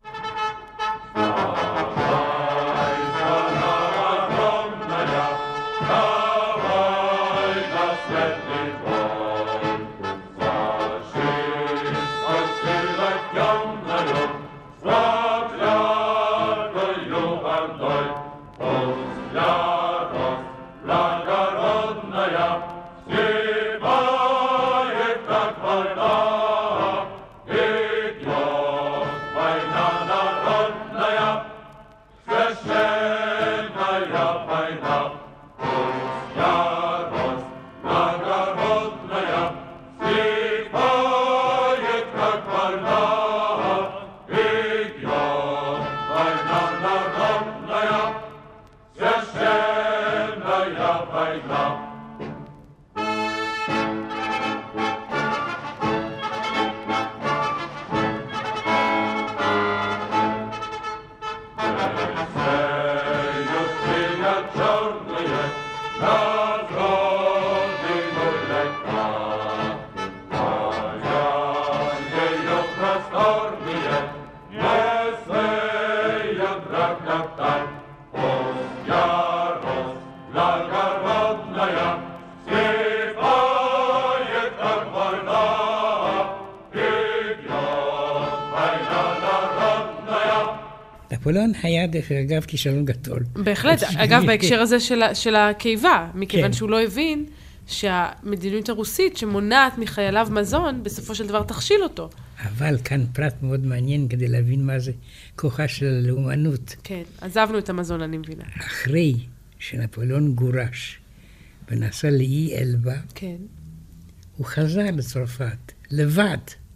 נפוליאון היה דרך אגב כישלון גדול. בהחלט, אגב בהקשר הזה של, של הקיבה, מכיוון כן. שהוא לא הבין שהמדיניות הרוסית שמונעת מחייליו מזון, בסופו של דבר תכשיל אותו. אבל כאן פרט מאוד מעניין כדי להבין מה זה כוחה של הלאומנות. כן, עזבנו את המזון, אני מבינה. אחרי שנפוליאון גורש ונסע לאי אלבה, כן. הוא חזר לצרפת, לבד.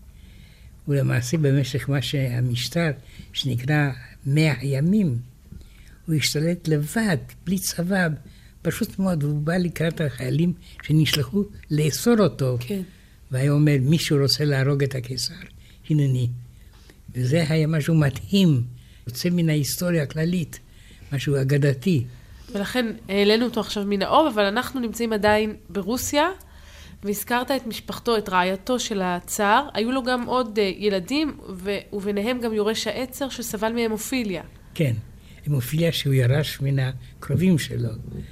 ולמעשה במשך מה שהמשטר שנקרא מאה ימים, הוא השתלט לבד, בלי צבא, פשוט מאוד, והוא בא לקראת החיילים שנשלחו לאסור אותו. כן. והיה אומר, מישהו רוצה להרוג את הקיסר, הנני. וזה היה משהו מדהים, יוצא מן ההיסטוריה הכללית, משהו אגדתי. ולכן העלינו אותו עכשיו מן האוב, אבל אנחנו נמצאים עדיין ברוסיה, והזכרת את משפחתו, את רעייתו של הצאר. היו לו גם עוד ילדים, וביניהם גם יורש העצר שסבל מהמופיליה. כן, המופיליה שהוא ירש מן הקרובים שלו.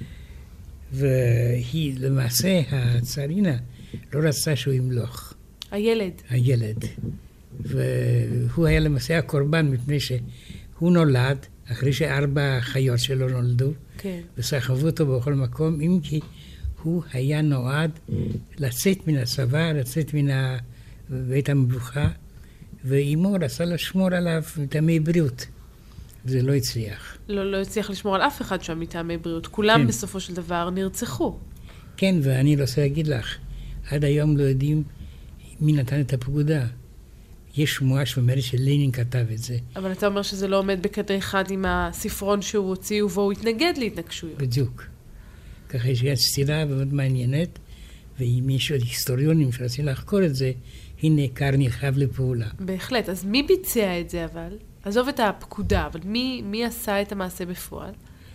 והיא, למעשה, הצארינה לא רצה שהוא ימלוך. הילד. הילד. והוא היה למעשה הקורבן, מפני שהוא נולד, אחרי שארבע חיות שלו נולדו, כן. וסחבו אותו בכל מקום, אם כי הוא היה נועד לצאת מן הצבא, לצאת מן בית המלוכה, ואימו רצה לשמור עליו מטעמי בריאות. זה לא הצליח. לא, לא הצליח לשמור על אף אחד שם מטעמי בריאות. כולם כן. בסופו של דבר נרצחו. כן, ואני רוצה להגיד לך, עד היום לא יודעים מי נתן את הפקודה. יש שמועה שאומרת שלנין כתב את זה. אבל אתה אומר שזה לא עומד בקטע אחד עם הספרון שהוא הוציא ובו הוא התנגד להתנגשויות. בדיוק. ככה יש גם סתירה מאוד מעניינת, ואם יש עוד היסטוריונים שרוצים לחקור את זה, הנה כר נרחב לפעולה. בהחלט. אז מי ביצע את זה אבל? עזוב את הפקודה, אבל מי, מי עשה את המעשה בפועל?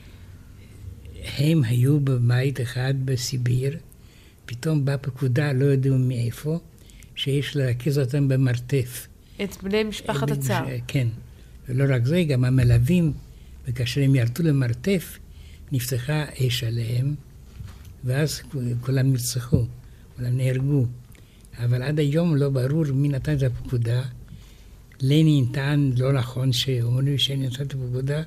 הם היו בבית אחד בסיביר, פתאום באה פקודה, לא יודעים מאיפה, שיש לרכז אותם במרתף. את בני משפחת הצאר. כן. ולא רק זה, גם המלווים, וכאשר הם ירדו למרתף, נפתחה אש עליהם, ואז כולם נרצחו, כולם נהרגו. אבל עד היום לא ברור מי נתן את הפקודה. לנין טען לא נכון שאומרים שאני נתן את הפקודה,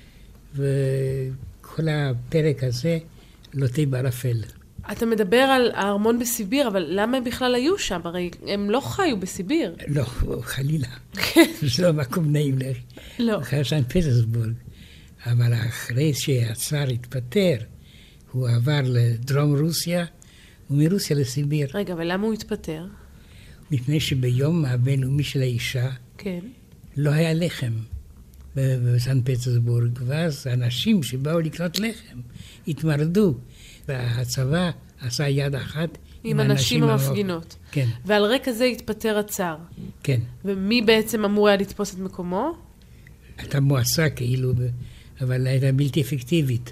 וכל הפרק הזה לוטה בערפל. אתה מדבר על הארמון בסיביר, אבל למה הם בכלל היו שם? הרי הם לא חיו בסיביר. לא, חלילה. זה לא מקום נעים לך. לא. אחרי סן פטרסבורג. אבל אחרי שהצאר התפטר, הוא עבר לדרום רוסיה, ומרוסיה לסיביר. רגע, ולמה הוא התפטר? מפני שביום הבינלאומי של האישה, כן. לא היה לחם בסן פטרסבורג, ואז האנשים שבאו לקנות לחם התמרדו, והצבא עשה יד אחת עם הנשים המפגינות. כן. ועל רקע זה התפטר הצאר. כן. ומי בעצם אמור היה לתפוס את מקומו? הייתה מועצה כאילו, אבל הייתה בלתי אפקטיבית.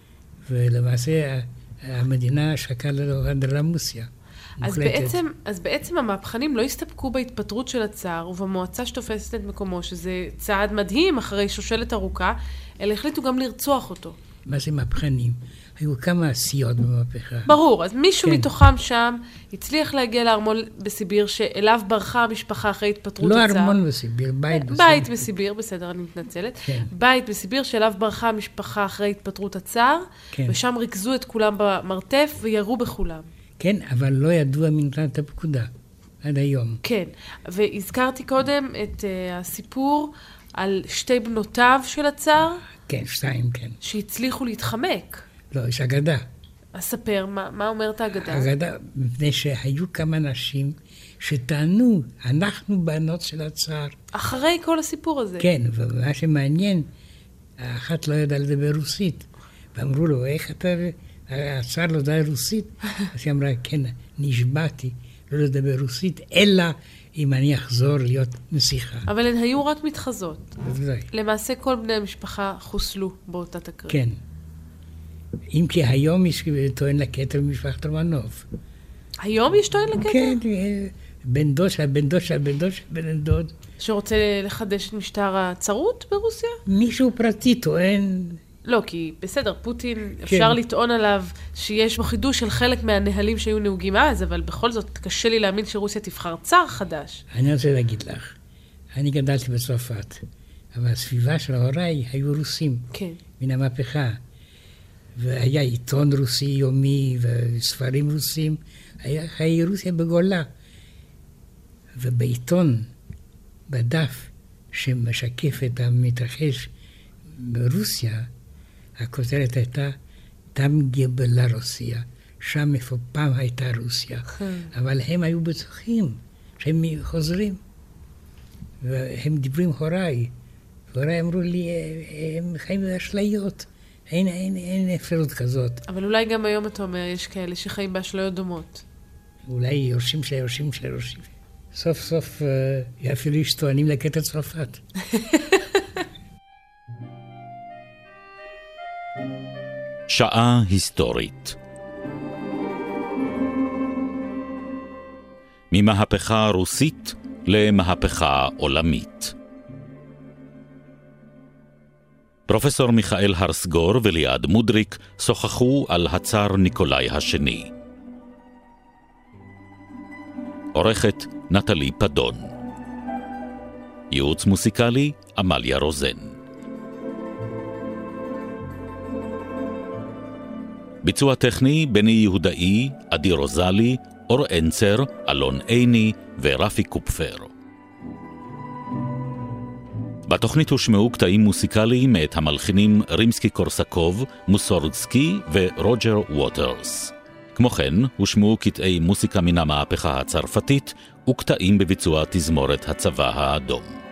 ולמעשה המדינה שקעה לאנדרלמוסיה. אז בעצם, אז בעצם המהפכנים לא הסתפקו בהתפטרות של הצאר ובמועצה שתופסת את מקומו, שזה צעד מדהים אחרי שושלת ארוכה, אלא החליטו גם לרצוח אותו. מה זה מהפכנים? היו כמה עשיות במהפכה. ברור, אז מישהו כן. מתוכם שם הצליח להגיע לארמון בסיביר, שאליו ברחה המשפחה אחרי התפטרות לא הצאר. לא ארמון בסיביר, בית בסיביר. בית בסיביר, בסדר, אני מתנצלת. כן. בית בסיביר שאליו ברחה המשפחה אחרי התפטרות הצאר, כן. ושם ריכזו את כולם במרתף וירו בכולם. כן, אבל לא ידוע מי נתן את הפקודה, עד היום. כן, והזכרתי קודם את uh, הסיפור על שתי בנותיו של הצאר, כן, שתיים, כן. שהצליחו להתחמק. לא, יש אגדה. אספר, מה, מה אומרת האגדה? אגדה, מפני שהיו כמה נשים שטענו, אנחנו בנות של הצאר. אחרי כל הסיפור הזה. כן, ומה שמעניין, האחת לא ידעה לדבר רוסית. ואמרו לו, איך אתה... הצאר לא יודע רוסית? אז היא אמרה, כן, נשבעתי לא לדבר רוסית, אלא אם אני אחזור להיות נסיכה. אבל הן היו רק מתחזות. בוודאי. למעשה כל בני המשפחה חוסלו באותה תקרית. כן. אם כי היום יש טוען לכתר במשפחת רומנוב. היום יש טוען לכתר? כן, בן דוד של בן דוד של בן דוד של בן דוד. שרוצה לחדש את משטר הצרות ברוסיה? מישהו פרטי טוען... לא, כי בסדר, פוטין, אפשר לטעון עליו שיש בו חידוש של חלק מהנהלים שהיו נהוגים אז, אבל בכל זאת קשה לי להאמין שרוסיה תבחר צאר חדש. אני רוצה להגיד לך, אני גדלתי בצרפת, אבל הסביבה של הוריי היו רוסים. כן. מן המהפכה. והיה עיתון רוסי יומי וספרים רוסים, היה חיי רוסיה בגולה. ובעיתון, בדף שמשקף את המתרחש ברוסיה, הכותרת הייתה תמגה בלרוסיה, שם איפה פעם הייתה רוסיה. אבל הם היו בטוחים שהם חוזרים. והם דיברו עם הוריי. והוריי אמרו לי, הם חיים באשליות. אין, אין, אין אפשרות כזאת. אבל אולי גם היום אתה אומר, יש כאלה שחיים באשליות דומות. אולי יורשים של יורשים של יורשים. סוף סוף uh, אפילו יש טוענים לקטע צרפת. שעה היסטורית. ממהפכה רוסית למהפכה עולמית. פרופסור מיכאל הרסגור וליעד מודריק שוחחו על הצאר ניקולאי השני. עורכת נטלי פדון. ייעוץ מוסיקלי אמליה רוזן. ביצוע טכני בני יהודאי, עדי רוזלי, אור אנצר, אלון עיני ורפי קופפר. בתוכנית הושמעו קטעים מוסיקליים מאת המלחינים רימסקי קורסקוב, מוסורדסקי ורוג'ר ווטרס. כמו כן, הושמעו קטעי מוסיקה מן המהפכה הצרפתית וקטעים בביצוע תזמורת הצבא האדום.